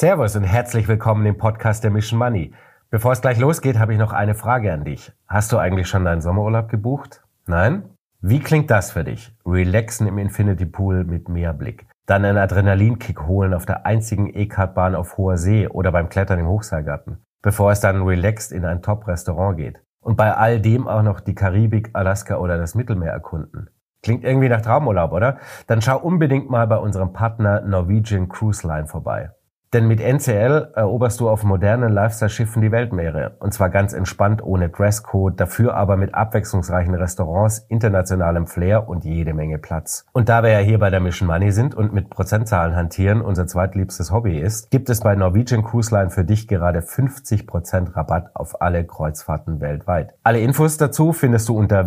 Servus und herzlich willkommen im Podcast der Mission Money. Bevor es gleich losgeht, habe ich noch eine Frage an dich. Hast du eigentlich schon deinen Sommerurlaub gebucht? Nein? Wie klingt das für dich? Relaxen im Infinity Pool mit Meerblick. Dann einen Adrenalinkick holen auf der einzigen E-Kartbahn auf hoher See oder beim Klettern im Hochseilgarten. Bevor es dann relaxed in ein Top-Restaurant geht. Und bei all dem auch noch die Karibik, Alaska oder das Mittelmeer erkunden. Klingt irgendwie nach Traumurlaub, oder? Dann schau unbedingt mal bei unserem Partner Norwegian Cruise Line vorbei. Denn mit NCL eroberst du auf modernen Lifestyle-Schiffen die Weltmeere. Und zwar ganz entspannt, ohne Dresscode, dafür aber mit abwechslungsreichen Restaurants, internationalem Flair und jede Menge Platz. Und da wir ja hier bei der Mission Money sind und mit Prozentzahlen hantieren unser zweitliebstes Hobby ist, gibt es bei Norwegian Cruise Line für dich gerade 50% Rabatt auf alle Kreuzfahrten weltweit. Alle Infos dazu findest du unter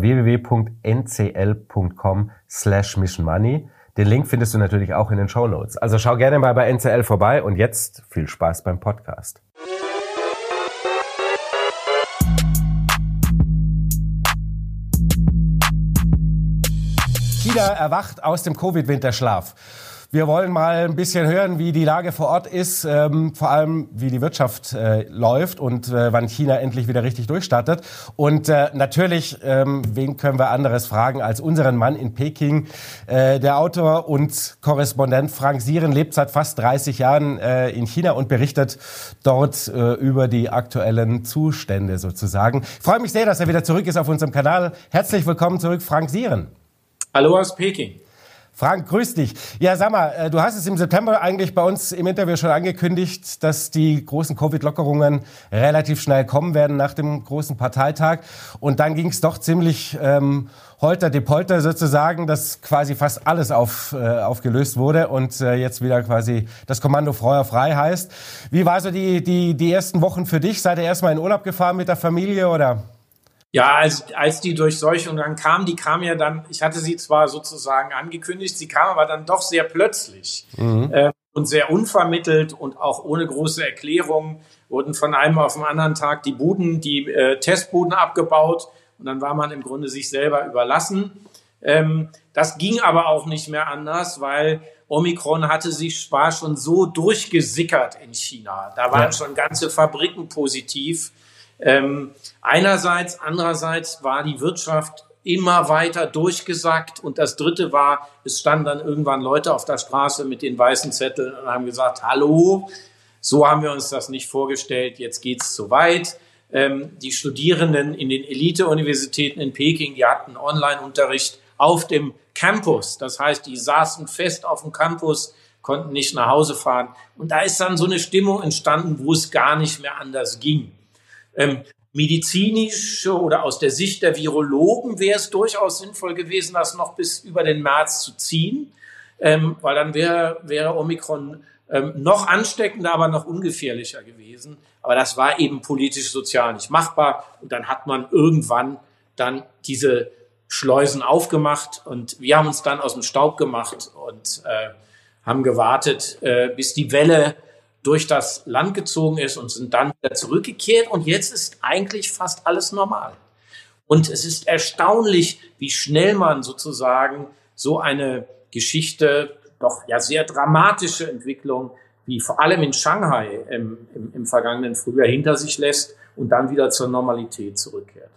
www.ncl.com/missionmoney. Den Link findest du natürlich auch in den Shownotes. Also schau gerne mal bei NCL vorbei und jetzt viel Spaß beim Podcast. China erwacht aus dem Covid-Winterschlaf. Wir wollen mal ein bisschen hören, wie die Lage vor Ort ist, vor allem wie die Wirtschaft läuft und wann China endlich wieder richtig durchstartet. Und natürlich, wen können wir anderes fragen als unseren Mann in Peking. Der Autor und Korrespondent Frank Sieren lebt seit fast 30 Jahren in China und berichtet dort über die aktuellen Zustände sozusagen. Ich freue mich sehr, dass er wieder zurück ist auf unserem Kanal. Herzlich willkommen zurück, Frank Sieren. Hallo aus Peking. Frank, grüß dich. Ja, sag mal, du hast es im September eigentlich bei uns im Interview schon angekündigt, dass die großen Covid-Lockerungen relativ schnell kommen werden nach dem großen Parteitag. Und dann ging es doch ziemlich holter die Polter sozusagen, dass quasi fast alles aufgelöst wurde und jetzt wieder quasi das Kommando feuerfrei heißt. Wie war so die ersten Wochen für dich? Seid ihr erstmal in Urlaub gefahren mit der Familie oder? Ja, als die Durchseuchung dann kam, die kam ja dann, ich hatte sie zwar sozusagen angekündigt, sie kam aber dann doch sehr plötzlich und sehr unvermittelt und auch ohne große Erklärung wurden von einem auf den anderen Tag die Testbuden abgebaut und dann war man im Grunde sich selber überlassen. Das ging aber auch nicht mehr anders, weil Omikron war schon so durchgesickert in China. Da waren schon ganze Fabriken positiv. Andererseits war die Wirtschaft immer weiter durchgesackt und das Dritte war, es standen dann irgendwann Leute auf der Straße mit den weißen Zetteln und haben gesagt, hallo, so haben wir uns das nicht vorgestellt, jetzt geht's zu weit. Die Studierenden in den Elite-Universitäten in Peking, die hatten Online-Unterricht auf dem Campus, das heißt, die saßen fest auf dem Campus, konnten nicht nach Hause fahren und da ist dann so eine Stimmung entstanden, wo es gar nicht mehr anders ging. Medizinisch oder aus der Sicht der Virologen wäre es durchaus sinnvoll gewesen, das noch bis über den März zu ziehen, weil dann wäre Omikron noch ansteckender, aber noch ungefährlicher gewesen. Aber das war eben politisch-sozial nicht machbar und dann hat man irgendwann dann diese Schleusen aufgemacht und wir haben uns dann aus dem Staub gemacht und haben gewartet, bis die Welle durch das Land gezogen ist und sind dann wieder zurückgekehrt. Und jetzt ist eigentlich fast alles normal. Und es ist erstaunlich, wie schnell man sozusagen so eine Geschichte, doch ja sehr dramatische Entwicklung, wie vor allem in Shanghai im vergangenen Frühjahr hinter sich lässt und dann wieder zur Normalität zurückkehrt.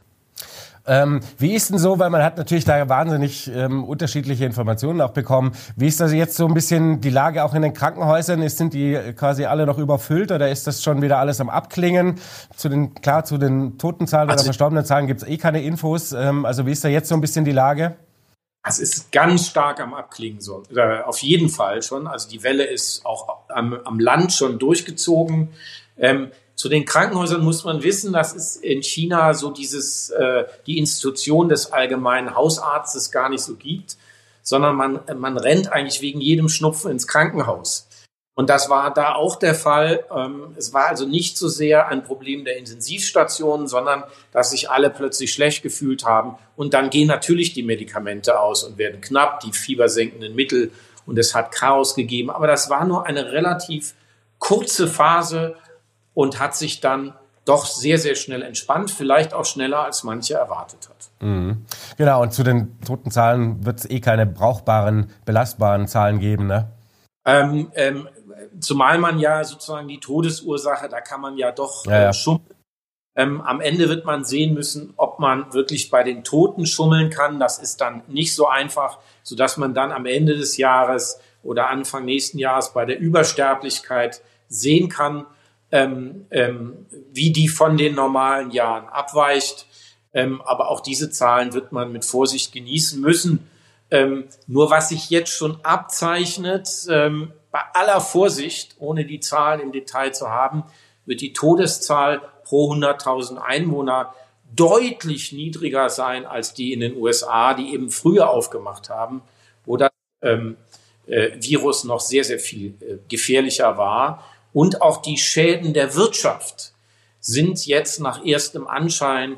Wie ist denn so, weil man hat natürlich da wahnsinnig unterschiedliche Informationen auch bekommen. Wie ist das jetzt so ein bisschen die Lage auch in den Krankenhäusern? Sind die quasi alle noch überfüllt oder ist das schon wieder alles am Abklingen? Zu den Totenzahlen oder verstorbenen Zahlen gibt es keine Infos. Also wie ist da jetzt so ein bisschen die Lage? Es ist ganz stark am Abklingen, so. Auf jeden Fall schon. Also die Welle ist auch am Land schon durchgezogen. Zu den Krankenhäusern muss man wissen, das ist in China so die Institution des allgemeinen Hausarztes gar nicht so gibt, sondern man rennt eigentlich wegen jedem Schnupfen ins Krankenhaus. Und das war da auch der Fall. Es war also nicht so sehr ein Problem der Intensivstationen, sondern dass sich alle plötzlich schlecht gefühlt haben. Und dann gehen natürlich die Medikamente aus und werden knapp, die fiebersenkenden Mittel. Und es hat Chaos gegeben. Aber das war nur eine relativ kurze Phase und hat sich dann doch sehr, sehr schnell entspannt, vielleicht auch schneller, als manche erwartet hat. Mhm. Genau, und zu den Totenzahlen wird es keine brauchbaren, belastbaren Zahlen geben, ne? zumal man ja sozusagen die Todesursache, da kann man ja doch schummeln. Am Ende wird man sehen müssen, ob man wirklich bei den Toten schummeln kann. Das ist dann nicht so einfach, sodass man dann am Ende des Jahres oder Anfang nächsten Jahres bei der Übersterblichkeit sehen kann, wie die von den normalen Jahren abweicht. Aber auch diese Zahlen wird man mit Vorsicht genießen müssen. Nur was sich jetzt schon abzeichnet, bei aller Vorsicht, ohne die Zahlen im Detail zu haben, wird die Todeszahl pro 100.000 Einwohner deutlich niedriger sein als die in den USA, die eben früher aufgemacht haben, wo das Virus noch sehr, sehr viel gefährlicher war. Und auch die Schäden der Wirtschaft sind jetzt nach erstem Anschein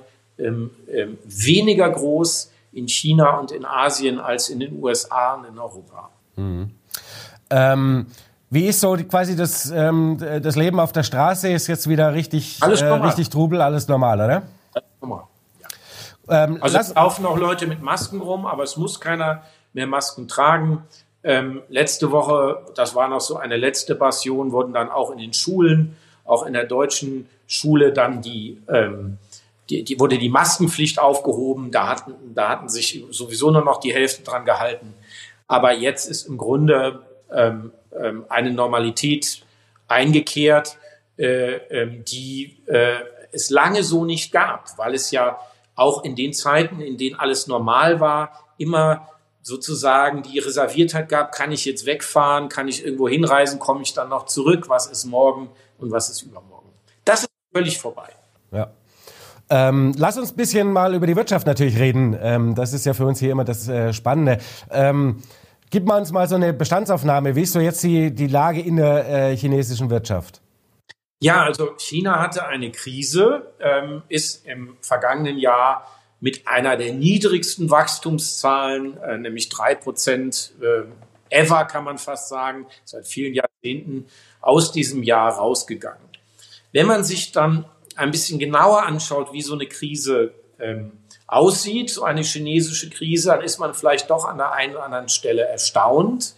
weniger groß in China und in Asien als in den USA und in Europa. Mhm. Wie ist so quasi das Leben auf der Straße? Ist jetzt wieder richtig Trubel, alles normal, oder? Alles normal, ja. Also es laufen auch Leute mit Masken rum, aber es muss keiner mehr Masken tragen. Letzte Woche, das war noch so eine letzte Passion, wurden dann auch in den Schulen, auch in der deutschen Schule dann wurde die Maskenpflicht aufgehoben. Da hatten sich sowieso nur noch die Hälfte dran gehalten. Aber jetzt ist im Grunde eine Normalität eingekehrt, die es lange so nicht gab, weil es ja auch in den Zeiten, in denen alles normal war, immer sozusagen die Reserviertheit gab, kann ich jetzt wegfahren, kann ich irgendwo hinreisen, komme ich dann noch zurück, was ist morgen und was ist übermorgen. Das ist völlig vorbei. Ja. Lass uns ein bisschen mal über die Wirtschaft natürlich reden. Das ist ja für uns hier immer das Spannende. Gib mal uns mal so eine Bestandsaufnahme. Wie ist so jetzt die Lage in der chinesischen Wirtschaft? Ja, also China hatte eine Krise, ist im vergangenen Jahr mit einer der niedrigsten Wachstumszahlen, nämlich 3%, ever kann man fast sagen, seit vielen Jahrzehnten aus diesem Jahr rausgegangen. Wenn man sich dann ein bisschen genauer anschaut, wie so eine Krise aussieht, so eine chinesische Krise, dann ist man vielleicht doch an der einen oder anderen Stelle erstaunt.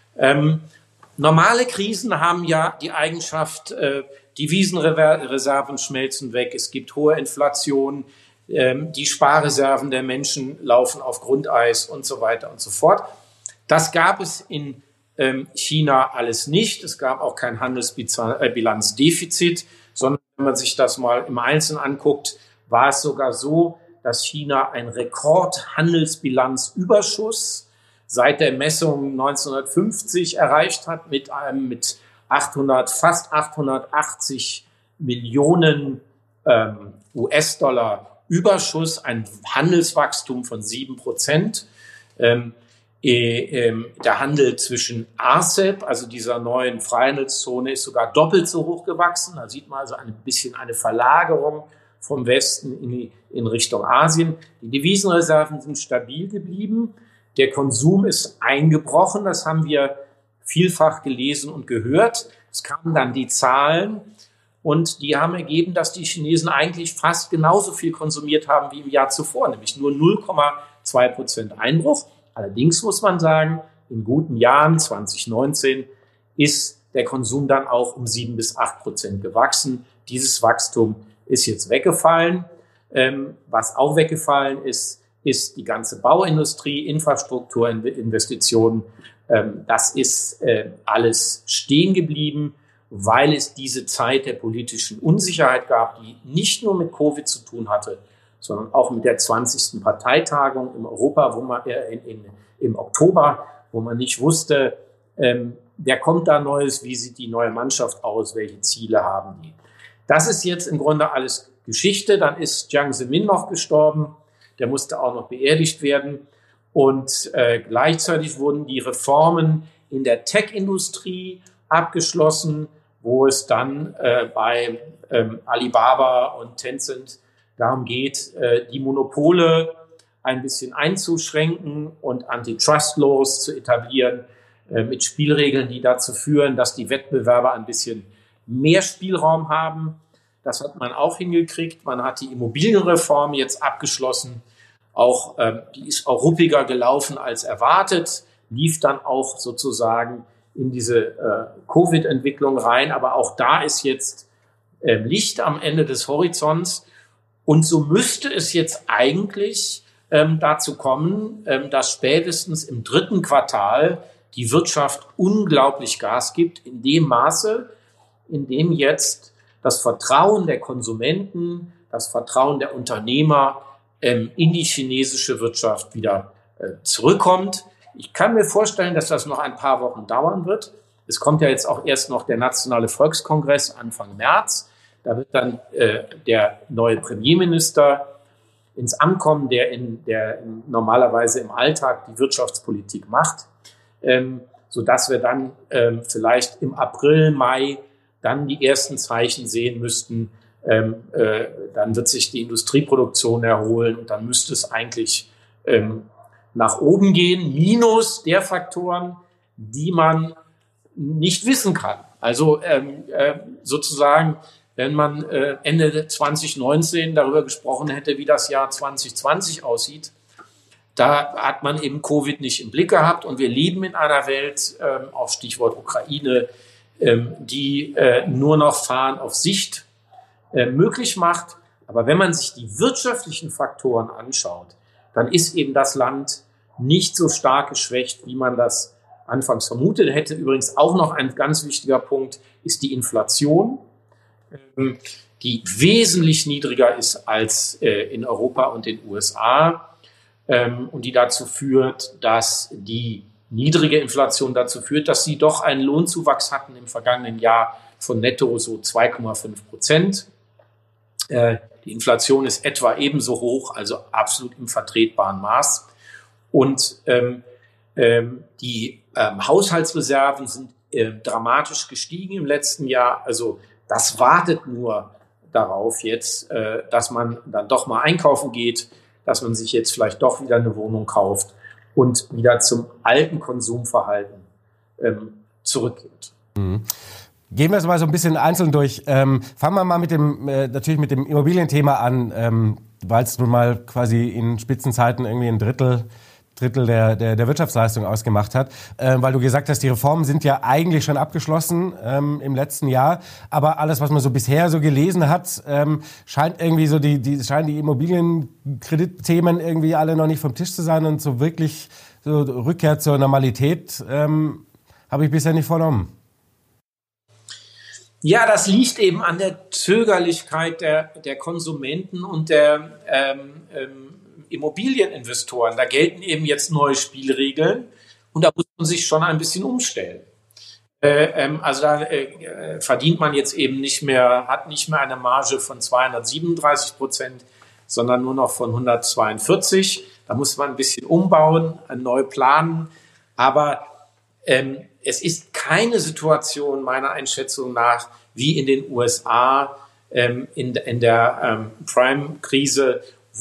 Normale Krisen haben ja die Eigenschaft, Devisenreserven schmelzen weg, es gibt hohe Inflation, die Sparreserven der Menschen laufen auf Grundeis und so weiter und so fort. Das gab es in China alles nicht. Es gab auch kein Handelsbilanzdefizit, sondern wenn man sich das mal im Einzelnen anguckt, war es sogar so, dass China einen Rekordhandelsbilanzüberschuss seit der Messung 1950 erreicht hat mit fast 880 Millionen US-Dollar Überschuss, ein Handelswachstum von 7%. Der Handel zwischen RCEP, also dieser neuen Freihandelszone, ist sogar doppelt so hoch gewachsen. Da sieht man also ein bisschen eine Verlagerung vom Westen in Richtung Asien. Die Devisenreserven sind stabil geblieben. Der Konsum ist eingebrochen. Das haben wir vielfach gelesen und gehört. Es kamen dann die Zahlen und die haben ergeben, dass die Chinesen eigentlich fast genauso viel konsumiert haben wie im Jahr zuvor, nämlich nur 0,2% Einbruch. Allerdings muss man sagen, in guten Jahren, 2019, ist der Konsum dann auch um 7-8% gewachsen. Dieses Wachstum ist jetzt weggefallen. Was auch weggefallen ist die ganze Bauindustrie, Infrastrukturinvestitionen. Das ist alles stehen geblieben, weil es diese Zeit der politischen Unsicherheit gab, die nicht nur mit Covid zu tun hatte, sondern auch mit der 20. Parteitagung im Europa, im Oktober, wo man nicht wusste, wer kommt da Neues, wie sieht die neue Mannschaft aus, welche Ziele haben die. Das ist jetzt im Grunde alles Geschichte. Dann ist Jiang Zemin noch gestorben, der musste auch noch beerdigt werden. Und gleichzeitig wurden die Reformen in der Tech-Industrie abgeschlossen, wo es dann bei Alibaba und Tencent darum geht, die Monopole ein bisschen einzuschränken und Antitrust-Laws zu etablieren, mit Spielregeln, die dazu führen, dass die Wettbewerber ein bisschen mehr Spielraum haben. Das hat man auch hingekriegt. Man hat die Immobilienreform jetzt abgeschlossen. Die ist auch ruppiger gelaufen als erwartet, lief dann auch sozusagen in diese Covid-Entwicklung rein. Aber auch da ist jetzt Licht am Ende des Horizonts. Und so müsste es jetzt eigentlich dazu kommen, dass spätestens im 3. Quartal die Wirtschaft unglaublich Gas gibt, in dem Maße, in dem jetzt das Vertrauen der Konsumenten, das Vertrauen der Unternehmer in die chinesische Wirtschaft wieder zurückkommt. Ich kann mir vorstellen, dass das noch ein paar Wochen dauern wird. Es kommt ja jetzt auch erst noch der Nationale Volkskongress Anfang März. Da wird dann der neue Premierminister ins Amt kommen, der normalerweise im Alltag die Wirtschaftspolitik macht, sodass wir dann vielleicht im April, Mai dann die ersten Zeichen sehen müssten. Dann wird sich die Industrieproduktion erholen und dann müsste es eigentlich nach oben gehen, minus der Faktoren, die man nicht wissen kann. Also sozusagen, wenn man Ende 2019 darüber gesprochen hätte, wie das Jahr 2020 aussieht, da hat man eben Covid nicht im Blick gehabt. Und wir leben in einer Welt, auch Stichwort Ukraine, die nur noch Fahren auf Sicht möglich macht. Aber wenn man sich die wirtschaftlichen Faktoren anschaut, dann ist eben das Land nicht so stark geschwächt, wie man das anfangs vermutet hätte. Übrigens auch noch ein ganz wichtiger Punkt ist die Inflation, die wesentlich niedriger ist als in Europa und den USA und die dazu führt, dass die niedrige Inflation dazu führt, dass sie doch einen Lohnzuwachs hatten im vergangenen Jahr von netto so 2,5%. Die Inflation ist etwa ebenso hoch, also absolut im vertretbaren Maß. Und die Haushaltsreserven sind dramatisch gestiegen im letzten Jahr. Also das wartet nur darauf jetzt, dass man dann doch mal einkaufen geht, dass man sich jetzt vielleicht doch wieder eine Wohnung kauft und wieder zum alten Konsumverhalten zurückgeht. Mhm. Gehen wir es mal so ein bisschen einzeln durch. Fangen wir mal natürlich mit dem Immobilienthema an, weil es nun mal quasi in Spitzenzeiten irgendwie ein Drittel der Wirtschaftsleistung ausgemacht hat, weil du gesagt hast, die Reformen sind ja eigentlich schon abgeschlossen im letzten Jahr, aber alles, was man so bisher so gelesen hat, scheint irgendwie so scheinen die Immobilienkreditthemen irgendwie alle noch nicht vom Tisch zu sein und so wirklich so Rückkehr zur Normalität habe ich bisher nicht vernommen. Ja, das liegt eben an der Zögerlichkeit der Konsumenten und der Immobilieninvestoren. Da gelten eben jetzt neue Spielregeln und da muss man sich schon ein bisschen umstellen. Also da verdient man jetzt eben hat nicht mehr eine Marge von 237%, sondern nur noch von 142%. Da muss man ein bisschen umbauen, neu planen. Aber es ist keine Situation meiner Einschätzung nach wie in den USA in der Prime-Krise,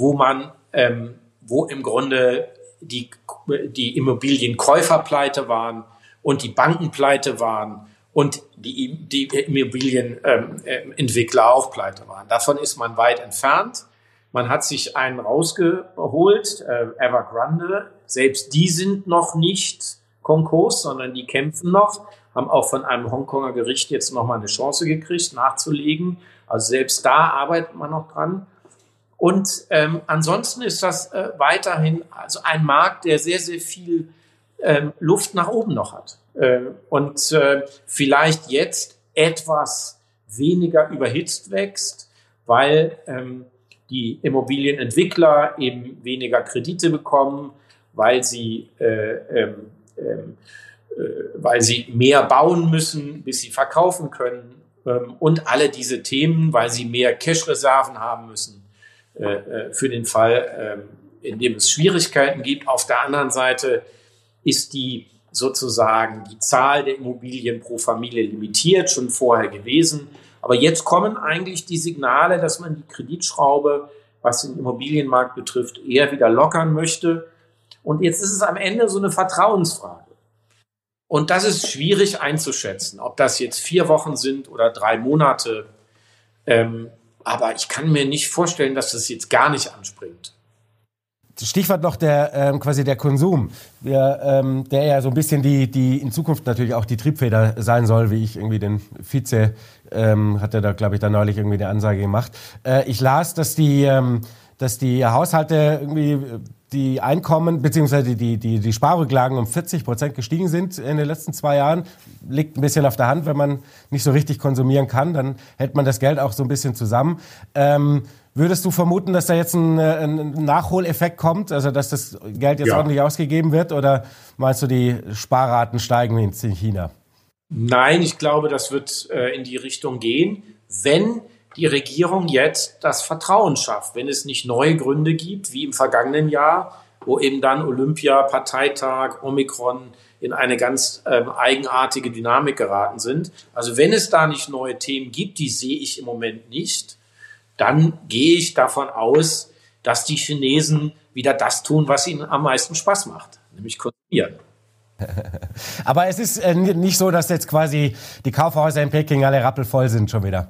wo im Grunde die Immobilienkäufer pleite waren und die Banken pleite waren und die Immobilienentwickler auch pleite waren. Davon ist man weit entfernt. Man hat sich einen rausgeholt, Evergrande. Selbst die sind noch nicht Konkurs, sondern die kämpfen noch, haben auch von einem Hongkonger Gericht jetzt noch mal eine Chance gekriegt, nachzulegen. Also selbst da arbeitet man noch dran. Und ansonsten ist das weiterhin also ein Markt, der sehr, sehr viel Luft nach oben noch hat. Und vielleicht jetzt etwas weniger überhitzt wächst, weil die Immobilienentwickler eben weniger Kredite bekommen, weil sie mehr bauen müssen, bis sie verkaufen können und alle diese Themen, weil sie mehr Cash-Reserven haben müssen für den Fall, in dem es Schwierigkeiten gibt. Auf der anderen Seite ist die Zahl der Immobilien pro Familie limitiert, schon vorher gewesen. Aber jetzt kommen eigentlich die Signale, dass man die Kreditschraube, was den Immobilienmarkt betrifft, eher wieder lockern möchte. Und jetzt ist es am Ende so eine Vertrauensfrage. Und das ist schwierig einzuschätzen, ob das jetzt 4 Wochen sind oder 3 Monate. Aber ich kann mir nicht vorstellen, dass das jetzt gar nicht anspringt. Stichwort noch quasi der Konsum, der ja so ein bisschen die in Zukunft natürlich auch die Triebfeder sein soll, wie ich irgendwie den Vize hat er da, glaube ich, da neulich irgendwie eine Ansage gemacht. Ich las, dass die Haushalte irgendwie die Einkommen beziehungsweise die Sparrücklagen um 40% gestiegen sind in den letzten 2 Jahren. Liegt ein bisschen auf der Hand, wenn man nicht so richtig konsumieren kann, dann hält man das Geld auch so ein bisschen zusammen. Würdest du vermuten, dass da jetzt ein Nachholeffekt kommt, also dass das Geld jetzt ordentlich ausgegeben wird, oder meinst du, die Sparraten steigen in China? Nein, ich glaube, das wird in die Richtung gehen, wenn die Regierung jetzt das Vertrauen schafft, wenn es nicht neue Gründe gibt, wie im vergangenen Jahr, wo eben dann Olympia, Parteitag, Omikron in eine ganz eigenartige Dynamik geraten sind. Also wenn es da nicht neue Themen gibt, die sehe ich im Moment nicht, dann gehe ich davon aus, dass die Chinesen wieder das tun, was ihnen am meisten Spaß macht, nämlich konsumieren. Aber es ist nicht so, dass jetzt quasi die Kaufhäuser in Peking alle rappelvoll sind schon wieder.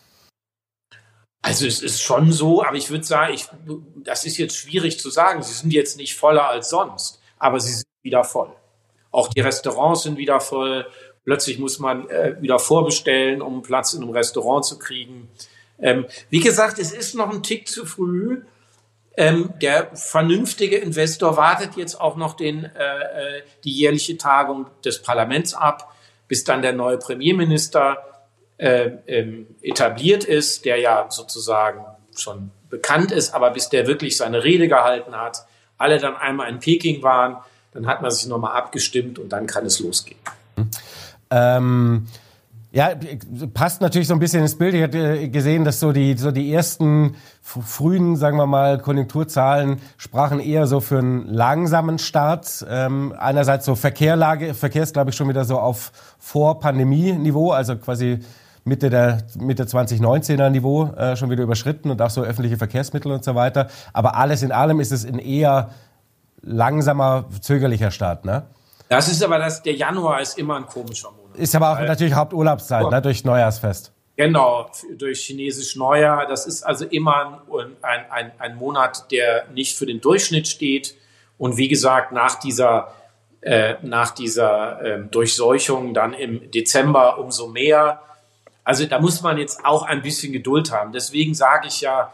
Also es ist schon so, aber ich würde sagen, das ist jetzt schwierig zu sagen. Sie sind jetzt nicht voller als sonst, aber sie sind wieder voll. Auch die Restaurants sind wieder voll. Plötzlich muss man wieder vorbestellen, um Platz in einem Restaurant zu kriegen. Wie gesagt, es ist noch ein Tick zu früh. Der vernünftige Investor wartet jetzt auch noch die jährliche Tagung des Parlaments ab, bis dann der neue Premierminister etabliert ist, der ja sozusagen schon bekannt ist, aber bis der wirklich seine Rede gehalten hat, alle dann einmal in Peking waren, dann hat man sich nochmal abgestimmt und dann kann es losgehen. Ja, passt natürlich so ein bisschen ins Bild. Ich hatte gesehen, dass so die ersten frühen, sagen wir mal, Konjunkturzahlen sprachen eher so für einen langsamen Start. Einerseits so Verkehr ist, glaube ich, schon wieder so auf Vor-Pandemie-Niveau, also quasi Mitte 2019er Niveau schon wieder überschritten und auch so öffentliche Verkehrsmittel und so weiter. Aber alles in allem ist es ein eher langsamer, zögerlicher Start, ne? Das ist aber der Januar ist immer ein komischer Monat. Ist aber auch natürlich Haupturlaubszeit, ne, durch Neujahrsfest. Genau, durch chinesisch Neujahr. Das ist also immer ein Monat, der nicht für den Durchschnitt steht. Und wie gesagt, nach dieser Durchseuchung dann im Dezember umso mehr. Also da muss man jetzt auch ein bisschen Geduld haben. Deswegen sage ich ja,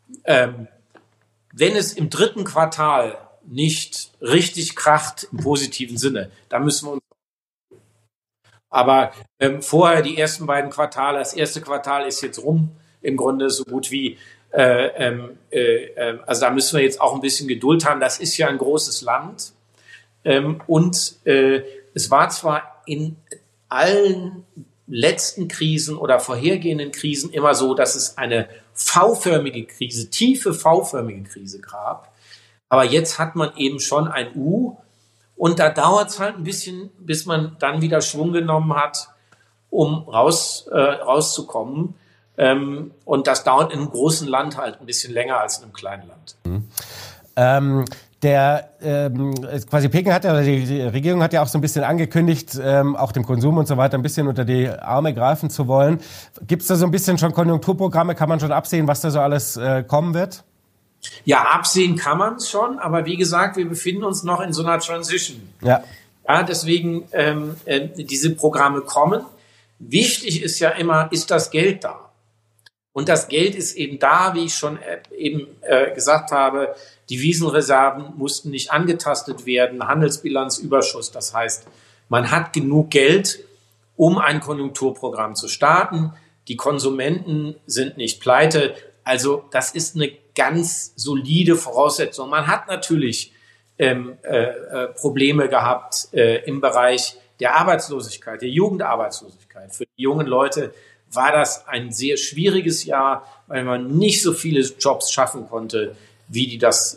wenn es im 3. Quartal nicht richtig kracht im positiven Sinne, dann müssen wir uns. Aber vorher die ersten beiden Quartale, das erste Quartal ist jetzt rum, im Grunde so gut wie. Also da müssen wir jetzt auch ein bisschen Geduld haben. Das ist ja ein großes Land. Und es war zwar in allen letzten Krisen oder vorhergehenden Krisen immer so, dass es eine V-förmige Krise, tiefe V-förmige Krise gab. Aber jetzt hat man eben schon ein U. Und da dauert es halt ein bisschen, bis man dann wieder Schwung genommen hat, um rauszukommen. Und das dauert in einem großen Land halt ein bisschen länger als in einem kleinen Land. Quasi Peking hat ja, die Regierung hat ja auch so ein bisschen angekündigt, auch dem Konsum und so weiter ein bisschen unter die Arme greifen zu wollen. Gibt es da so ein bisschen schon Konjunkturprogramme? Kann man schon absehen, was da so alles kommen wird? Ja, absehen kann man es schon, aber wie gesagt, wir befinden uns noch in so einer Transition. Ja, deswegen diese Programme kommen. Wichtig ist ja immer, ist das Geld da? Und das Geld ist eben da, wie ich schon eben gesagt habe, Devisenreserven mussten nicht angetastet werden, Handelsbilanzüberschuss. Das heißt, man hat genug Geld, um ein Konjunkturprogramm zu starten. Die Konsumenten sind nicht pleite. Also das ist eine ganz solide Voraussetzung. Man hat natürlich Probleme gehabt im Bereich der Arbeitslosigkeit, der Jugendarbeitslosigkeit. Für die jungen Leute war das ein sehr schwieriges Jahr, weil man nicht so viele Jobs schaffen konnte, wie das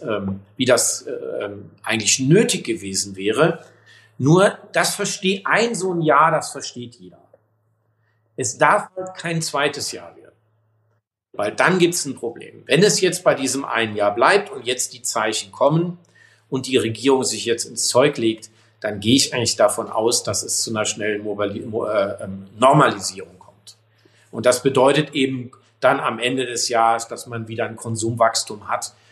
eigentlich nötig gewesen wäre. Nur so ein Jahr, das versteht jeder. Es darf halt kein zweites Jahr werden, weil dann gibt es ein Problem. Wenn es jetzt bei diesem einen Jahr bleibt und jetzt die Zeichen kommen und die Regierung sich jetzt ins Zeug legt, dann gehe ich eigentlich davon aus, dass es zu einer schnellen Normalisierung kommt. Und das bedeutet eben dann am Ende des Jahres, dass man wieder ein Konsumwachstum hat,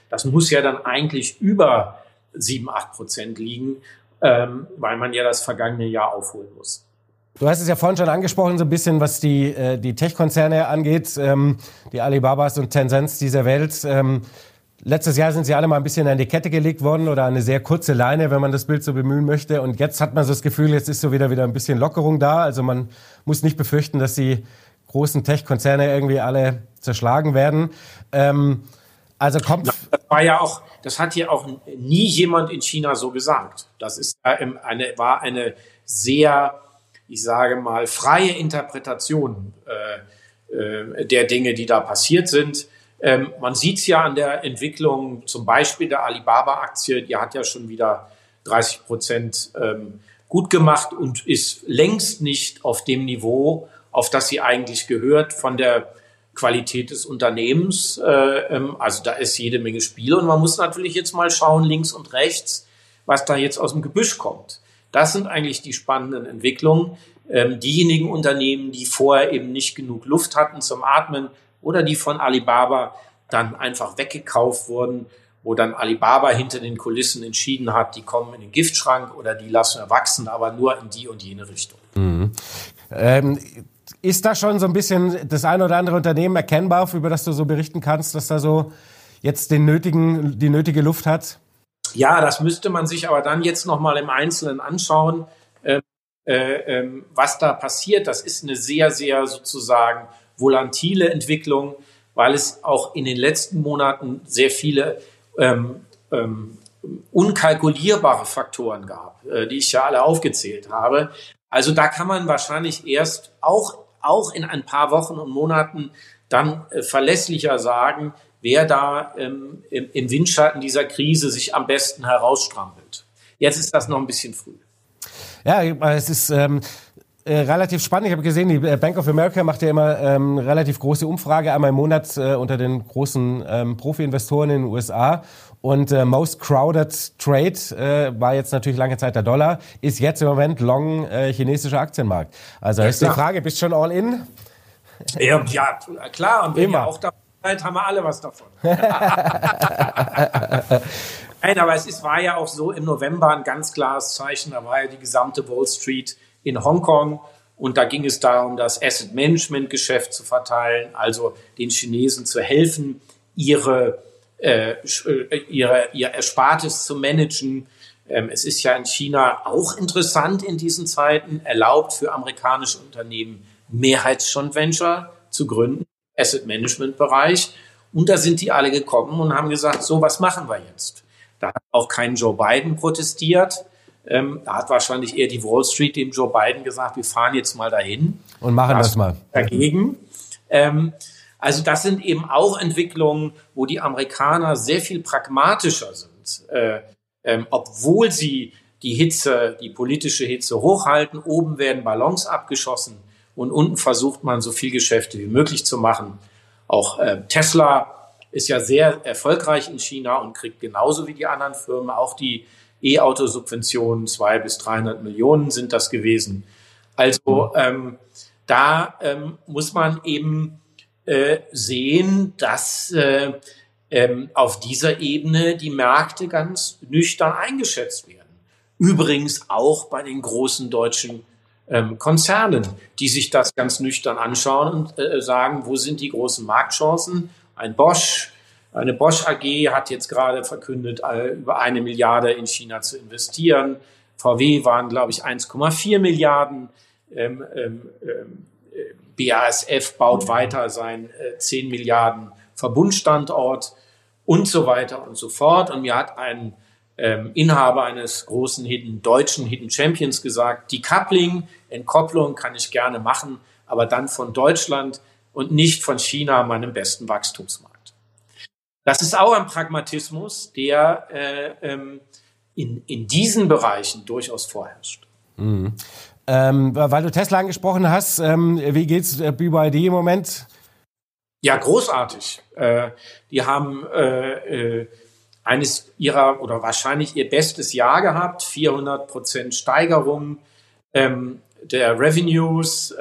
Das muss ja dann eigentlich über 7-8% liegen, weil man ja das vergangene Jahr aufholen muss. Du hast es ja vorhin schon angesprochen, so ein bisschen, was die Tech-Konzerne angeht, die Alibabas und Tencents dieser Welt. Letztes Jahr sind sie alle mal ein bisschen an die Kette gelegt worden oder an eine sehr kurze Leine, wenn man das Bild so bemühen möchte. Und jetzt hat man so das Gefühl, jetzt ist so wieder ein bisschen Lockerung da. Also man muss nicht befürchten, dass die großen Tech-Konzerne irgendwie alle zerschlagen werden. Also kommt... Das hat ja auch nie jemand in China so gesagt. Das ist war eine sehr, ich sage mal, freie Interpretation der Dinge, die da passiert sind. Man sieht es ja an der Entwicklung, zum Beispiel der Alibaba-Aktie, die hat ja schon wieder 30% gut gemacht und ist längst nicht auf dem Niveau, auf das sie eigentlich gehört, von der Qualität des Unternehmens. Also da ist jede Menge Spiel und man muss natürlich jetzt mal schauen, links und rechts, was da jetzt aus dem Gebüsch kommt. Das sind eigentlich die spannenden Entwicklungen. Diejenigen Unternehmen, die vorher eben nicht genug Luft hatten zum Atmen oder die von Alibaba dann einfach weggekauft wurden, wo dann Alibaba hinter den Kulissen entschieden hat, die kommen in den Giftschrank oder die lassen wir wachsen, aber nur in die und jene Richtung. Mhm. Ist da schon so ein bisschen das ein oder andere Unternehmen erkennbar, über das du so berichten kannst, dass da so jetzt die nötige Luft hat? Ja, das müsste man sich aber dann jetzt nochmal im Einzelnen anschauen, was da passiert. Das ist eine sehr, sehr sozusagen volatile Entwicklung, weil es auch in den letzten Monaten sehr viele unkalkulierbare Faktoren gab, die ich ja alle aufgezählt habe. Also da kann man wahrscheinlich erst auch in ein paar Wochen und Monaten dann verlässlicher sagen, wer da im Windschatten dieser Krise sich am besten herausstrampelt. Jetzt ist das noch ein bisschen früh. Ja, es ist relativ spannend. Ich habe gesehen, die Bank of America macht ja immer relativ große Umfrage einmal im Monat unter den großen Profi-Investoren in den USA. Und most crowded trade war jetzt natürlich lange Zeit der Dollar, ist jetzt im Moment long chinesischer Aktienmarkt. Also ja, ist die Frage, bist du schon all in? Ja, klar. Und wenn ihr auch dabei seid, haben wir alle was davon. Nein, aber war ja auch so im November ein ganz klares Zeichen. Da war ja die gesamte Wall Street in Hongkong und da ging es darum, das Asset-Management-Geschäft zu verteilen, also den Chinesen zu helfen, ihr Erspartes zu managen. Es ist ja in China auch interessant in diesen Zeiten, erlaubt für amerikanische Unternehmen Mehrheits-Joint Venture zu gründen, Asset-Management-Bereich. Und da sind die alle gekommen und haben gesagt, so, was machen wir jetzt? Da hat auch kein Joe Biden protestiert. Da hat wahrscheinlich eher die Wall Street dem Joe Biden gesagt, wir fahren jetzt mal dahin. Und machen das mal. Dagegen. Also das sind eben auch Entwicklungen, wo die Amerikaner sehr viel pragmatischer sind. Obwohl sie die politische Hitze hochhalten, oben werden Ballons abgeschossen und unten versucht man, so viel Geschäfte wie möglich zu machen. Auch Tesla ist ja sehr erfolgreich in China und kriegt genauso wie die anderen Firmen auch die E-Auto-Subventionen, 200 bis 300 Millionen sind das gewesen. Also da muss man eben sehen, dass auf dieser Ebene die Märkte ganz nüchtern eingeschätzt werden. Übrigens auch bei den großen deutschen Konzernen, die sich das ganz nüchtern anschauen und sagen, wo sind die großen Marktchancen? Eine Bosch AG hat jetzt gerade verkündet, über 1 Milliarde in China zu investieren. VW waren, glaube ich, 1,4 Milliarden. BASF baut weiter sein 10 Milliarden Verbundstandort und so weiter und so fort. Und mir hat ein Inhaber eines großen deutschen Hidden Champions gesagt, Entkopplung kann ich gerne machen, aber dann von Deutschland und nicht von China, meinem besten Wachstumsmarkt. Das ist auch ein Pragmatismus, der in diesen Bereichen durchaus vorherrscht. Mhm. Weil du Tesla angesprochen hast, wie geht's BYD im Moment? Ja, großartig. Die haben wahrscheinlich ihr bestes Jahr gehabt, 400% Steigerung der Revenues.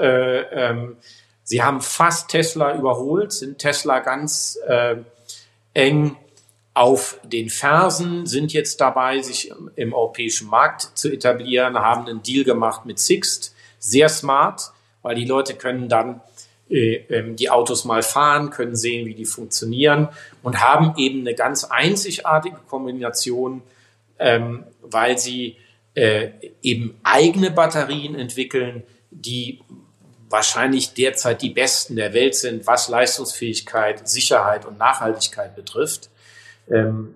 Sie haben fast Tesla überholt, sind Tesla ganz eng auf den Fersen, sind jetzt dabei, sich im europäischen Markt zu etablieren, haben einen Deal gemacht mit Sixt, sehr smart, weil die Leute können dann die Autos mal fahren, können sehen, wie die funktionieren und haben eben eine ganz einzigartige Kombination, weil sie eben eigene Batterien entwickeln, die wahrscheinlich derzeit die besten der Welt sind, was Leistungsfähigkeit, Sicherheit und Nachhaltigkeit betrifft, und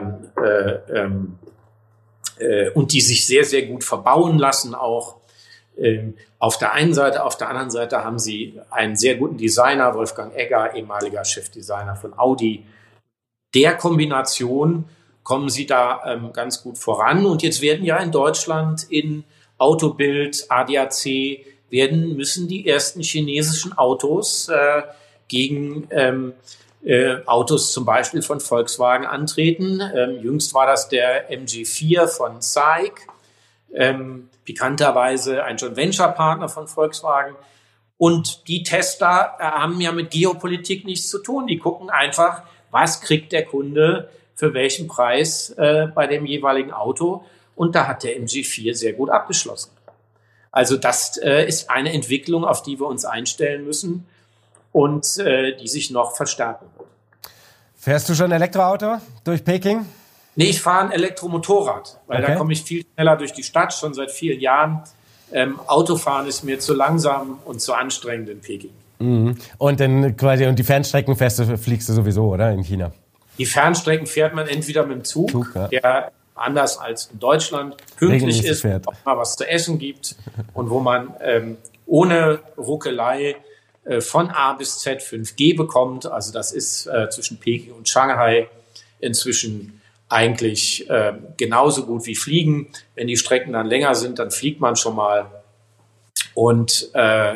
die sich sehr, sehr gut verbauen lassen auch. Auf der einen Seite, auf der anderen Seite haben sie einen sehr guten Designer, Wolfgang Egger, ehemaliger Chefdesigner von Audi. Der Kombination kommen sie da ganz gut voran. Und jetzt werden ja in Deutschland in Autobild, ADAC, müssen die ersten chinesischen Autos gegen Autos zum Beispiel von Volkswagen antreten. Jüngst war das der MG4 von SAIC, pikanterweise ein Joint Venture Partner von Volkswagen. Und die Tester haben ja mit Geopolitik nichts zu tun. Die gucken einfach, was kriegt der Kunde für welchen Preis bei dem jeweiligen Auto. Und da hat der MG4 sehr gut abgeschlossen. Also das ist eine Entwicklung, auf die wir uns einstellen müssen und die sich noch verstärken wird. Fährst du schon Elektroauto durch Peking? Nee, ich fahre ein Elektromotorrad, weil da komme ich viel schneller durch die Stadt, schon seit vielen Jahren. Autofahren ist mir zu langsam und zu anstrengend in Peking. Mhm. Und dann die Fernstrecken fliegst du sowieso, oder? In China? Die Fernstrecken fährt man entweder mit dem Zug, der anders als in Deutschland pünktlich ist, wo es mal was zu essen gibt und wo man ohne Ruckelei von A bis Z 5G bekommt. Also das ist zwischen Peking und Shanghai inzwischen eigentlich genauso gut wie Fliegen. Wenn die Strecken dann länger sind, dann fliegt man schon mal. Und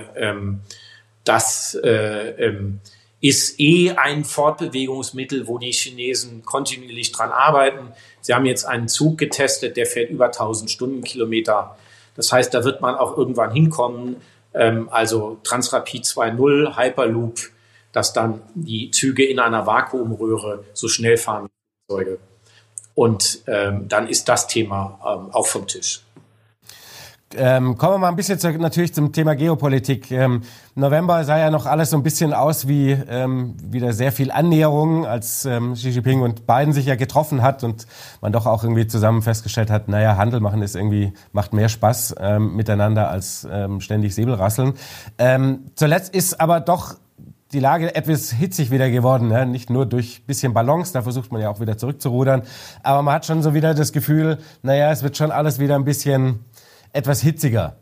das ist ein Fortbewegungsmittel, wo die Chinesen kontinuierlich dran arbeiten. Sie haben jetzt einen Zug getestet, der fährt über 1000 Stundenkilometer. Das heißt, da wird man auch irgendwann hinkommen, also Transrapid 2.0, Hyperloop, dass dann die Züge in einer Vakuumröhre so schnell fahren wie Zeuge. Und dann ist das Thema auch vom Tisch. Kommen wir mal ein bisschen natürlich zum Thema Geopolitik. November sah ja noch alles so ein bisschen aus wie wieder sehr viel Annäherung, als Xi Jinping und Biden sich ja getroffen hat und man doch auch irgendwie zusammen festgestellt hat, naja, Handel machen macht mehr Spaß miteinander als ständig Säbelrasseln. Zuletzt ist aber doch die Lage etwas hitzig wieder geworden, ne? Nicht nur durch bisschen Balance, da versucht man ja auch wieder zurückzurudern, aber man hat schon so wieder das Gefühl, naja, es wird schon alles wieder ein bisschen etwas hitziger.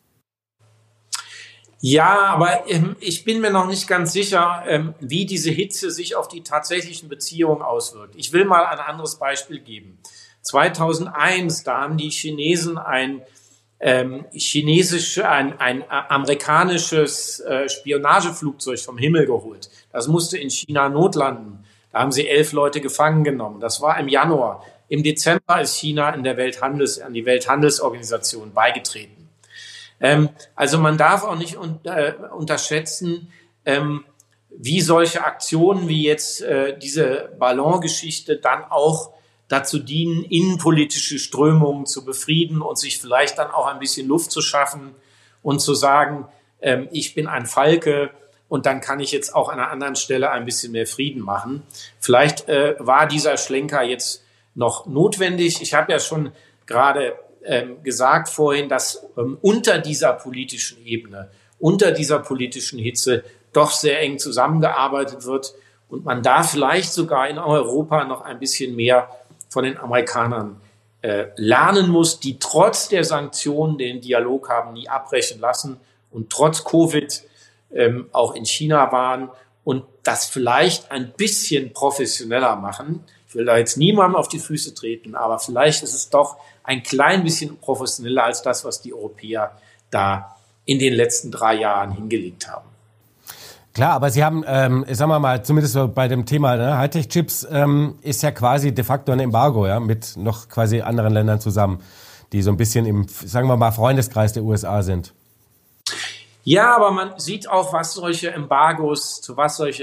Ja, aber ich bin mir noch nicht ganz sicher, wie diese Hitze sich auf die tatsächlichen Beziehungen auswirkt. Ich will mal ein anderes Beispiel geben. 2001, da haben die Chinesen ein amerikanisches Spionageflugzeug vom Himmel geholt. Das musste in China notlanden. Da haben sie 11 Leute gefangen genommen. Das war im Januar. Im Dezember ist China an die Welthandelsorganisation beigetreten. Also man darf auch nicht unterschätzen, wie solche Aktionen wie jetzt diese Ballongeschichte dann auch dazu dienen, innenpolitische Strömungen zu befrieden und sich vielleicht dann auch ein bisschen Luft zu schaffen und zu sagen, ich bin ein Falke und dann kann ich jetzt auch an einer anderen Stelle ein bisschen mehr Frieden machen. Vielleicht war dieser Schlenker jetzt noch notwendig. Ich habe ja schon gerade gesagt vorhin, dass unter dieser politischen Ebene, unter dieser politischen Hitze doch sehr eng zusammengearbeitet wird und man da vielleicht sogar in Europa noch ein bisschen mehr von den Amerikanern lernen muss, die trotz der Sanktionen den Dialog haben nie abbrechen lassen und trotz Covid auch in China waren und das vielleicht ein bisschen professioneller machen. Ich will da jetzt niemandem auf die Füße treten, aber vielleicht ist es doch ein klein bisschen professioneller als das, was die Europäer da in den letzten 3 Jahren hingelegt haben. Klar, aber Sie haben, sagen wir mal, zumindest so bei dem Thema Hightech-Chips ist ja quasi de facto ein Embargo, ja, mit noch quasi anderen Ländern zusammen, die so ein bisschen im, sagen wir mal, Freundeskreis der USA sind. Ja, aber man sieht auch, zu was solche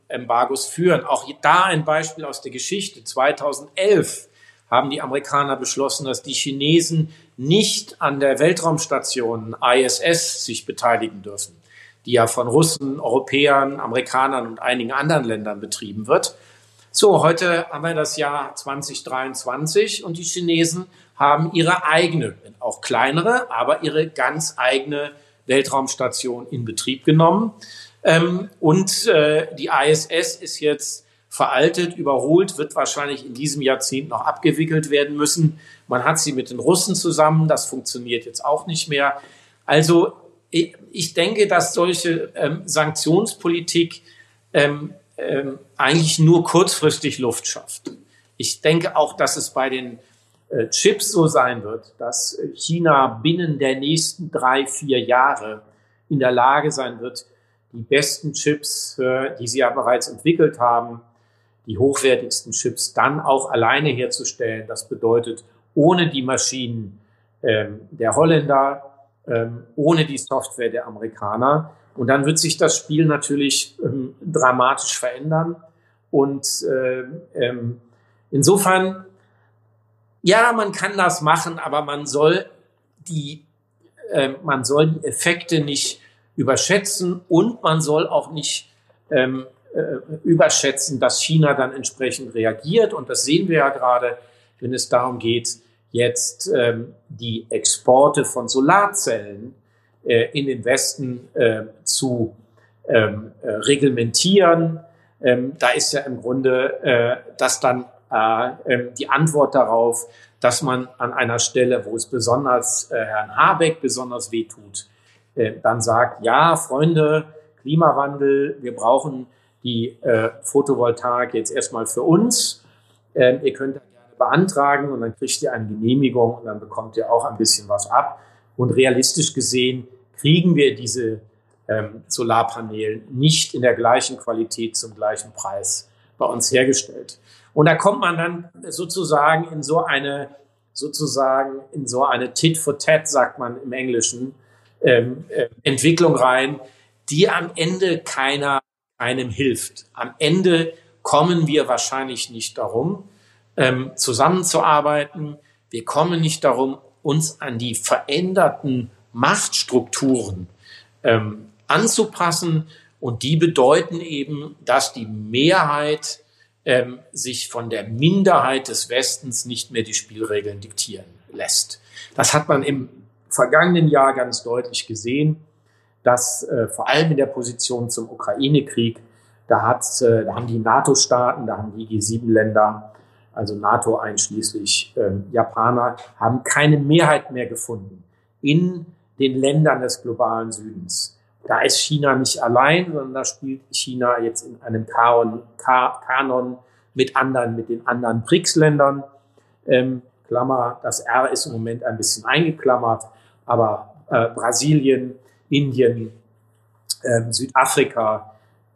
Embargos führen. Auch da ein Beispiel aus der Geschichte. 2011 haben die Amerikaner beschlossen, dass die Chinesen nicht an der Weltraumstation ISS sich beteiligen dürfen, die ja von Russen, Europäern, Amerikanern und einigen anderen Ländern betrieben wird. So, heute haben wir das Jahr 2023 und die Chinesen haben ihre eigene, auch kleinere, aber ihre ganz eigene Weltraumstation in Betrieb genommen. Die ISS ist jetzt veraltet, überholt, wird wahrscheinlich in diesem Jahrzehnt noch abgewickelt werden müssen. Man hat sie mit den Russen zusammen, das funktioniert jetzt auch nicht mehr. Also ich denke, dass solche Sanktionspolitik eigentlich nur kurzfristig Luft schafft. Ich denke auch, dass es bei den Chips so sein wird, dass China binnen der nächsten 3-4 Jahre in der Lage sein wird, die besten Chips, die sie ja bereits entwickelt haben, die hochwertigsten Chips dann auch alleine herzustellen. Das bedeutet, ohne die Maschinen der Holländer, ohne die Software der Amerikaner. Und dann wird sich das Spiel natürlich dramatisch verändern. Und insofern, ja, man kann das machen, aber man soll die Effekte nicht überschätzen und man soll auch nicht überschätzen, dass China dann entsprechend reagiert. Und das sehen wir ja gerade, wenn es darum geht, jetzt die Exporte von Solarzellen in den Westen zu reglementieren. Da ist ja im Grunde das dann die Antwort darauf, dass man an einer Stelle, wo es besonders Herrn Habeck besonders wehtut, dann sagt, ja, Freunde, Klimawandel, wir brauchen die Photovoltaik jetzt erstmal für uns. Ihr könnt da gerne beantragen und dann kriegt ihr eine Genehmigung und dann bekommt ihr auch ein bisschen was ab. Und realistisch gesehen kriegen wir diese Solarpaneele nicht in der gleichen Qualität zum gleichen Preis bei uns hergestellt. Und da kommt man dann sozusagen in so eine Tit for Tat, sagt man im Englischen, Entwicklung rein, die am Ende keinem hilft. Am Ende kommen wir wahrscheinlich nicht darum, zusammenzuarbeiten. Wir kommen nicht darum, uns an die veränderten Machtstrukturen anzupassen. Und die bedeuten eben, dass die Mehrheit sich von der Minderheit des Westens nicht mehr die Spielregeln diktieren lässt. Das hat man im vergangenen Jahr ganz deutlich gesehen, dass vor allem in der Position zum Ukraine-Krieg, da haben die NATO-Staaten, da haben die G7-Länder, also NATO einschließlich Japaner, haben keine Mehrheit mehr gefunden in den Ländern des globalen Südens. Da ist China nicht allein, sondern da spielt China jetzt in einem Kanon mit den anderen BRICS-Ländern. Klammer, das R ist im Moment ein bisschen eingeklammert, aber Brasilien, Indien, Südafrika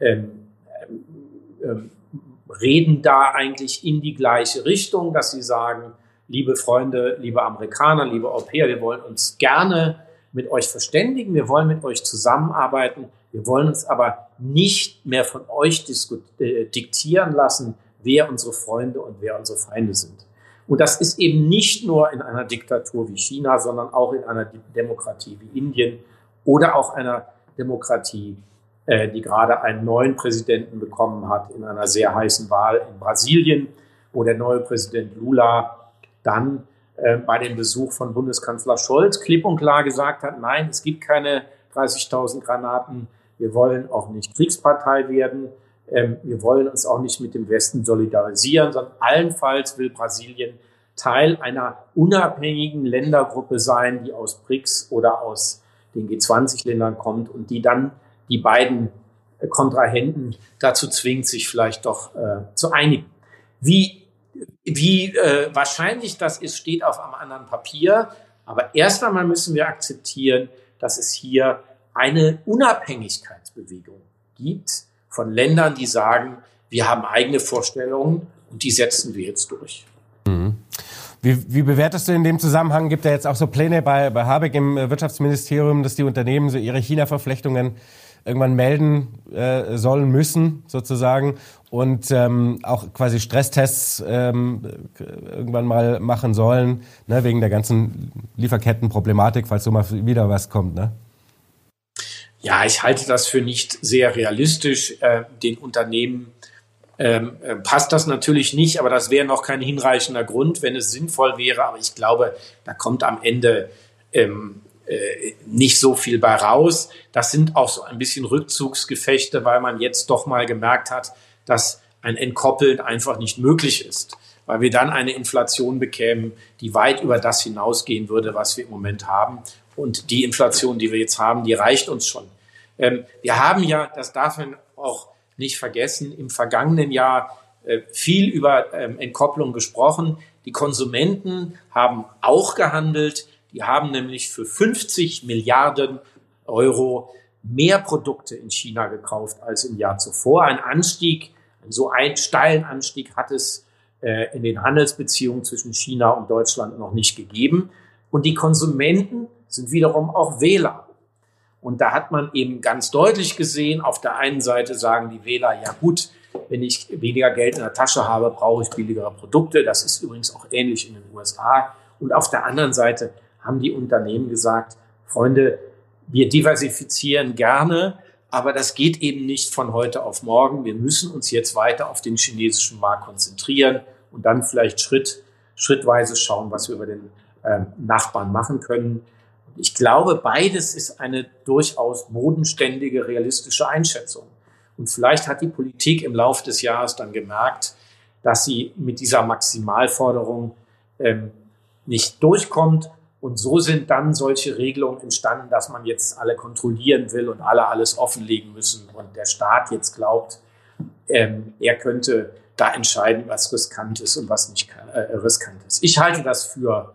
reden da eigentlich in die gleiche Richtung, dass sie sagen, liebe Freunde, liebe Amerikaner, liebe Europäer, wir wollen uns gerne mit euch verständigen, wir wollen mit euch zusammenarbeiten, wir wollen uns aber nicht mehr von euch diktieren lassen, wer unsere Freunde und wer unsere Feinde sind. Und das ist eben nicht nur in einer Diktatur wie China, sondern auch in einer Demokratie wie Indien oder auch einer Demokratie, die gerade einen neuen Präsidenten bekommen hat in einer sehr heißen Wahl in Brasilien, wo der neue Präsident Lula dann bei dem Besuch von Bundeskanzler Scholz klipp und klar gesagt hat, nein, es gibt keine 30.000 Granaten, wir wollen auch nicht Kriegspartei werden, wir wollen uns auch nicht mit dem Westen solidarisieren, sondern allenfalls will Brasilien Teil einer unabhängigen Ländergruppe sein, die aus BRICS oder aus den G20-Ländern kommt und die dann die beiden Kontrahenten dazu zwingt, sich vielleicht doch zu einigen. Wie wahrscheinlich das ist, steht auf einem anderen Papier. Aber erst einmal müssen wir akzeptieren, dass es hier eine Unabhängigkeitsbewegung gibt von Ländern, die sagen, wir haben eigene Vorstellungen und die setzen wir jetzt durch. Mhm. Wie bewertest du in dem Zusammenhang, gibt ja jetzt auch so Pläne bei Habeck im Wirtschaftsministerium, dass die Unternehmen so ihre China-Verflechtungen irgendwann melden sollen müssen, sozusagen, und auch quasi Stresstests irgendwann mal machen sollen, ne, wegen der ganzen Lieferkettenproblematik, falls so mal wieder was kommt, ne? Ja, ich halte das für nicht sehr realistisch. Den Unternehmen passt das natürlich nicht, aber das wäre noch kein hinreichender Grund, wenn es sinnvoll wäre. Aber ich glaube, da kommt am Ende nicht so viel bei raus. Das sind auch so ein bisschen Rückzugsgefechte, weil man jetzt doch mal gemerkt hat, dass ein Entkoppeln einfach nicht möglich ist, weil wir dann eine Inflation bekämen, die weit über das hinausgehen würde, was wir im Moment haben. Und die Inflation, die wir jetzt haben, die reicht uns schon. Wir haben ja, das darf man auch nicht vergessen, im vergangenen Jahr viel über Entkopplung gesprochen. Die Konsumenten haben auch gehandelt. Die haben nämlich für 50 Milliarden Euro mehr Produkte in China gekauft als im Jahr zuvor. Ein Anstieg, so einen steilen Anstieg hat es in den Handelsbeziehungen zwischen China und Deutschland noch nicht gegeben. Und die Konsumenten sind wiederum auch Wähler. Und da hat man eben ganz deutlich gesehen, auf der einen Seite sagen die Wähler, ja gut, wenn ich weniger Geld in der Tasche habe, brauche ich billigere Produkte. Das ist übrigens auch ähnlich in den USA. Und auf der anderen Seite haben die Unternehmen gesagt, Freunde, wir diversifizieren gerne, aber das geht eben nicht von heute auf morgen. Wir müssen uns jetzt weiter auf den chinesischen Markt konzentrieren und dann vielleicht schrittweise schauen, was wir über den Nachbarn machen können. Ich glaube, beides ist eine durchaus bodenständige, realistische Einschätzung. Und vielleicht hat die Politik im Laufe des Jahres dann gemerkt, dass sie mit dieser Maximalforderung nicht durchkommt. Und so sind dann solche Regelungen entstanden, dass man jetzt alle kontrollieren will und alle alles offenlegen müssen. Und der Staat jetzt glaubt, er könnte da entscheiden, was riskant ist und was nicht riskant ist. Ich halte das für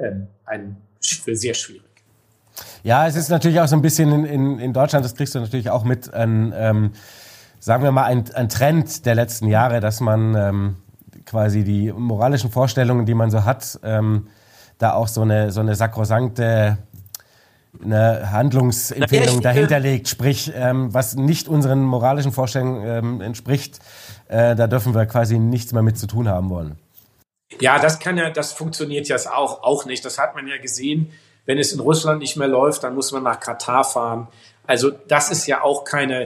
für sehr schwierig. Ja, es ist natürlich auch so ein bisschen in Deutschland, das kriegst du natürlich auch mit, sagen wir mal, ein Trend der letzten Jahre, dass man quasi die moralischen Vorstellungen, die man so hat, da auch so eine sakrosankte Handlungsempfehlung dahinter legt. Sprich, was nicht unseren moralischen Vorstellungen entspricht, da dürfen wir quasi nichts mehr mit zu tun haben wollen. Ja, das funktioniert ja auch nicht. Das hat man ja gesehen. Wenn es in Russland nicht mehr läuft, dann muss man nach Katar fahren. Also das ist ja auch keine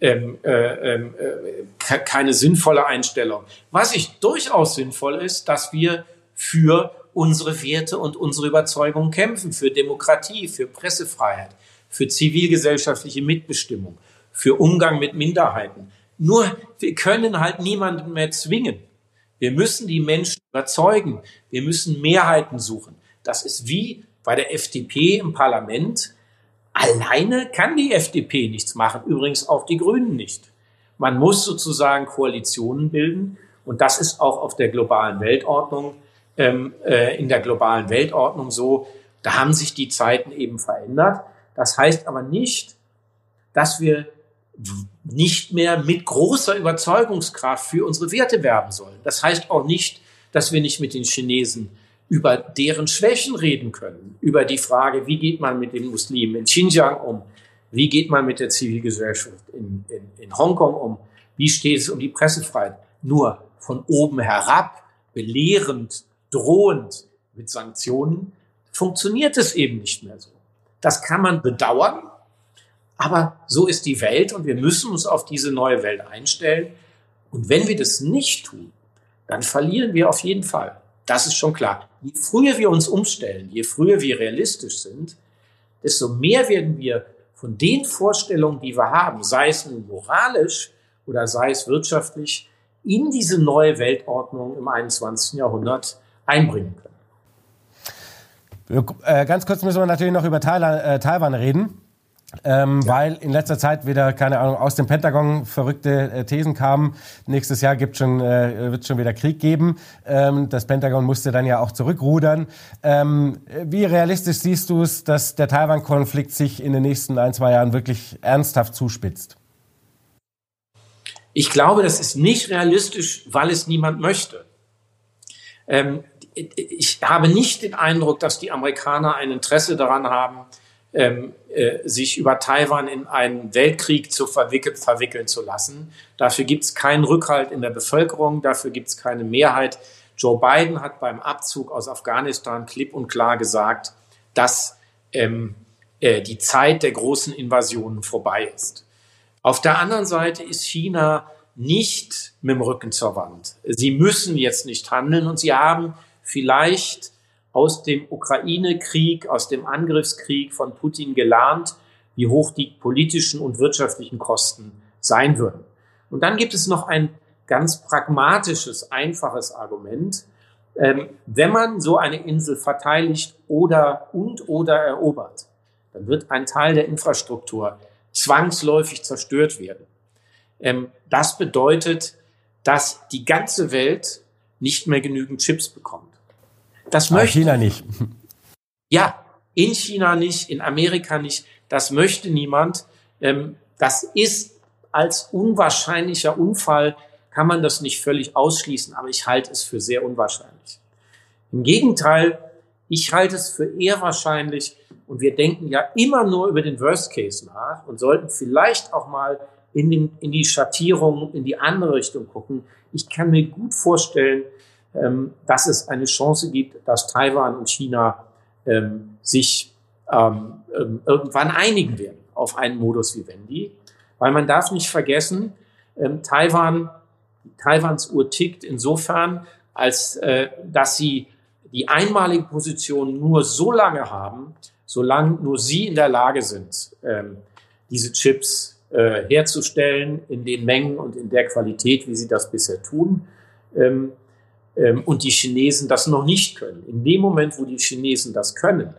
sinnvolle Einstellung. Was ich durchaus sinnvoll ist, dass wir für unsere Werte und unsere Überzeugungen kämpfen, für Demokratie, für Pressefreiheit, für zivilgesellschaftliche Mitbestimmung, für Umgang mit Minderheiten. Nur wir können halt niemanden mehr zwingen. Wir müssen die Menschen überzeugen. Wir müssen Mehrheiten suchen. Das ist wie bei der FDP im Parlament. Alleine kann die FDP nichts machen, übrigens auch die Grünen nicht. Man muss sozusagen Koalitionen bilden und das ist auch auf der globalen Weltordnung, in der globalen Weltordnung so. Da haben sich die Zeiten eben verändert. Das heißt aber nicht, dass wir nicht mehr mit großer Überzeugungskraft für unsere Werte werben sollen. Das heißt auch nicht, dass wir nicht mit den Chinesen über deren Schwächen reden können, über die Frage, wie geht man mit den Muslimen in Xinjiang um, wie geht man mit der Zivilgesellschaft in Hongkong um, wie steht es um die Pressefreiheit. Nur von oben herab, belehrend, drohend mit Sanktionen, funktioniert es eben nicht mehr so. Das kann man bedauern, aber so ist die Welt und wir müssen uns auf diese neue Welt einstellen. Und wenn wir das nicht tun, dann verlieren wir auf jeden Fall. Das ist schon klar. Je früher wir uns umstellen, je früher wir realistisch sind, desto mehr werden wir von den Vorstellungen, die wir haben, sei es nun moralisch oder sei es wirtschaftlich, in diese neue Weltordnung im 21. Jahrhundert einbringen können. Ganz kurz müssen wir natürlich noch über Taiwan reden. Weil in letzter Zeit wieder, keine Ahnung, aus dem Pentagon verrückte Thesen kamen. Nächstes Jahr wird schon wieder Krieg geben. Das Pentagon musste dann ja auch zurückrudern. Wie realistisch siehst du es, dass der Taiwan-Konflikt sich in den nächsten 1-2 Jahren wirklich ernsthaft zuspitzt? Ich glaube, das ist nicht realistisch, weil es niemand möchte. Ich habe nicht den Eindruck, dass die Amerikaner ein Interesse daran haben, sich über Taiwan in einen Weltkrieg verwickeln zu lassen. Dafür gibt es keinen Rückhalt in der Bevölkerung, dafür gibt es keine Mehrheit. Joe Biden hat beim Abzug aus Afghanistan klipp und klar gesagt, dass die Zeit der großen Invasionen vorbei ist. Auf der anderen Seite ist China nicht mit dem Rücken zur Wand. Sie müssen jetzt nicht handeln und sie haben vielleicht aus dem Ukraine-Krieg, aus dem Angriffskrieg von Putin gelernt, wie hoch die politischen und wirtschaftlichen Kosten sein würden. Und dann gibt es noch ein ganz pragmatisches, einfaches Argument. Wenn man so eine Insel verteidigt oder erobert, dann wird ein Teil der Infrastruktur zwangsläufig zerstört werden. Das bedeutet, dass die ganze Welt nicht mehr genügend Chips bekommt. Das möchte China nicht. Ja, in China nicht, in Amerika nicht. Das möchte niemand. Das ist als unwahrscheinlicher Unfall, kann man das nicht völlig ausschließen, aber ich halte es für sehr unwahrscheinlich. Im Gegenteil, ich halte es für eher wahrscheinlich, und wir denken ja immer nur über den Worst Case nach und sollten vielleicht auch mal in die Schattierung, in die andere Richtung gucken. Ich kann mir gut vorstellen, dass es eine Chance gibt, dass Taiwan und China sich irgendwann einigen werden auf einen Modus vivendi. Weil man darf nicht vergessen, Taiwans Uhr tickt insofern, als dass sie die einmalige Position nur so lange haben, solange nur sie in der Lage sind, diese Chips herzustellen in den Mengen und in der Qualität, wie sie das bisher tun. Und die Chinesen das noch nicht können. In dem Moment, wo die Chinesen das können,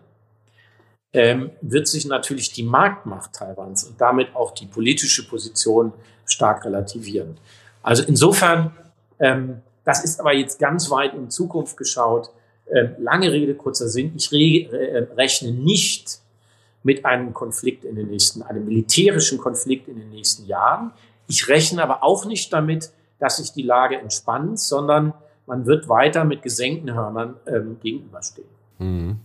wird sich natürlich die Marktmacht Taiwans und damit auch die politische Position stark relativieren. Also insofern, das ist aber jetzt ganz weit in Zukunft geschaut. Lange Rede, kurzer Sinn. Ich rechne nicht mit einem einem militärischen Konflikt in den nächsten Jahren. Ich rechne aber auch nicht damit, dass sich die Lage entspannt, sondern man wird weiter mit gesenkten Hörnern gegenüberstehen. Mhm.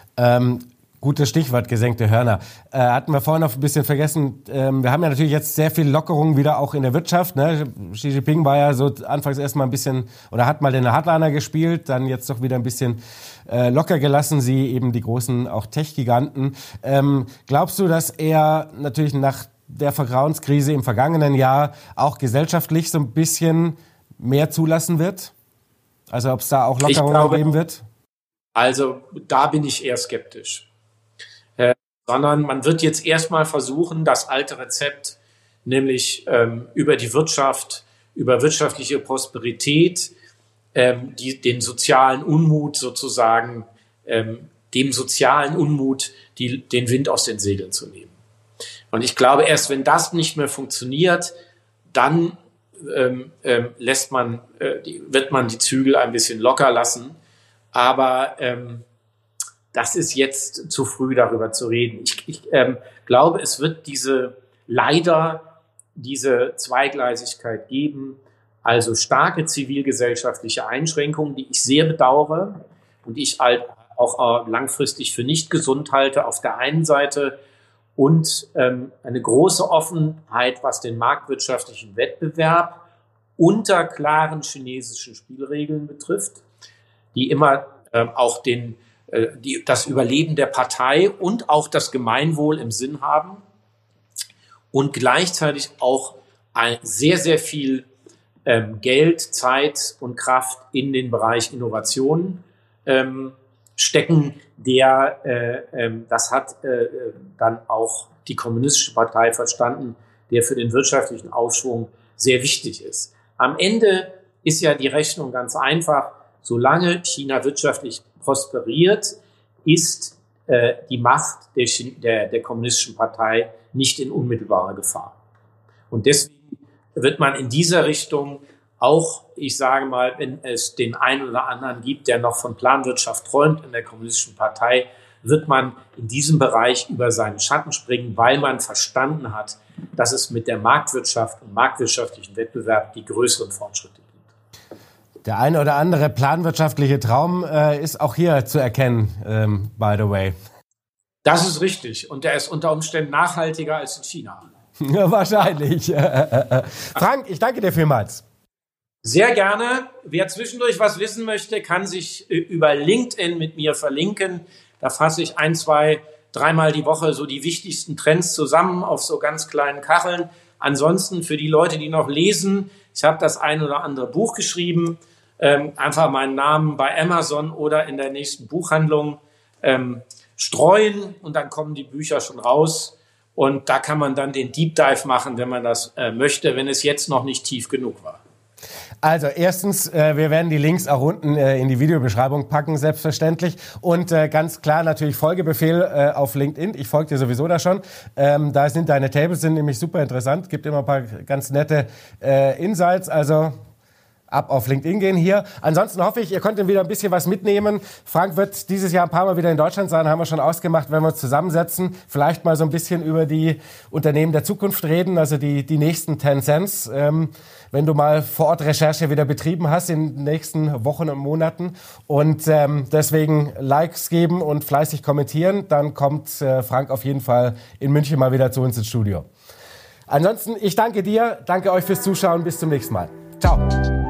Gutes Stichwort, gesenkte Hörner. Hatten wir vorhin noch ein bisschen vergessen. Wir haben ja natürlich jetzt sehr viel Lockerung wieder auch in der Wirtschaft. Ne? Xi Jinping war ja so anfangs erstmal ein bisschen, oder hat mal den Hardliner gespielt, dann jetzt doch wieder ein bisschen locker gelassen, sie eben die großen auch Tech-Giganten. Glaubst du, dass er natürlich nach der Vertrauenskrise im vergangenen Jahr auch gesellschaftlich so ein bisschen mehr zulassen wird? Also ob es da auch Lockerungen geben wird? Also da bin ich eher skeptisch. Sondern man wird jetzt erstmal versuchen, das alte Rezept, nämlich über die Wirtschaft, über wirtschaftliche Prosperität, den sozialen Unmut sozusagen, dem sozialen Unmut den Wind aus den Segeln zu nehmen. Und ich glaube, erst wenn das nicht mehr funktioniert, dann wird man die Zügel ein bisschen locker lassen. Aber das ist jetzt zu früh, darüber zu reden. Ich glaube, es wird leider diese Zweigleisigkeit geben, also starke zivilgesellschaftliche Einschränkungen, die ich sehr bedauere und ich auch langfristig für nicht gesund halte auf der einen Seite, und eine große Offenheit, was den marktwirtschaftlichen Wettbewerb unter klaren chinesischen Spielregeln betrifft, die immer auch das Überleben der Partei und auch das Gemeinwohl im Sinn haben und gleichzeitig auch sehr, sehr viel Geld, Zeit und Kraft in den Bereich Innovation stecken, das hat dann auch die Kommunistische Partei verstanden, der für den wirtschaftlichen Aufschwung sehr wichtig ist. Am Ende ist ja die Rechnung ganz einfach. Solange China wirtschaftlich prosperiert, ist die Macht der Kommunistischen Partei nicht in unmittelbarer Gefahr. Und deswegen wird man in dieser Richtung auch, ich sage mal, wenn es den einen oder anderen gibt, der noch von Planwirtschaft träumt in der Kommunistischen Partei, wird man in diesem Bereich über seinen Schatten springen, weil man verstanden hat, dass es mit der Marktwirtschaft und marktwirtschaftlichen Wettbewerb die größeren Fortschritte gibt. Der eine oder andere planwirtschaftliche Traum ist auch hier zu erkennen, by the way. Das ist richtig. Und der ist unter Umständen nachhaltiger als in China. Ja, wahrscheinlich. Frank, ich danke dir vielmals. Sehr gerne. Wer zwischendurch was wissen möchte, kann sich über LinkedIn mit mir verlinken. Da fasse ich 1, 2, 3-mal die Woche so die wichtigsten Trends zusammen auf so ganz kleinen Kacheln. Ansonsten für die Leute, die noch lesen, ich habe das ein oder andere Buch geschrieben. Einfach meinen Namen bei Amazon oder in der nächsten Buchhandlung streuen und dann kommen die Bücher schon raus. Und da kann man dann den Deep Dive machen, wenn man das möchte, wenn es jetzt noch nicht tief genug war. Also erstens, wir werden die Links auch unten in die Videobeschreibung packen, selbstverständlich. Und ganz klar natürlich Folgebefehl auf LinkedIn. Ich folge dir sowieso da schon. Da sind deine Tables, sind nämlich super interessant. Gibt immer ein paar ganz nette Insights. Also ab auf LinkedIn gehen hier. Ansonsten hoffe ich, ihr konntet wieder ein bisschen was mitnehmen. Frank wird dieses Jahr ein paar Mal wieder in Deutschland sein, haben wir schon ausgemacht, wenn wir uns zusammensetzen. Vielleicht mal so ein bisschen über die Unternehmen der Zukunft reden, also die nächsten 10 Cents. Wenn du mal vor Ort Recherche wieder betrieben hast in den nächsten Wochen und Monaten. Und deswegen Likes geben und fleißig kommentieren. Dann kommt Frank auf jeden Fall in München mal wieder zu uns ins Studio. Ansonsten, ich danke dir, danke euch fürs Zuschauen. Bis zum nächsten Mal. Ciao.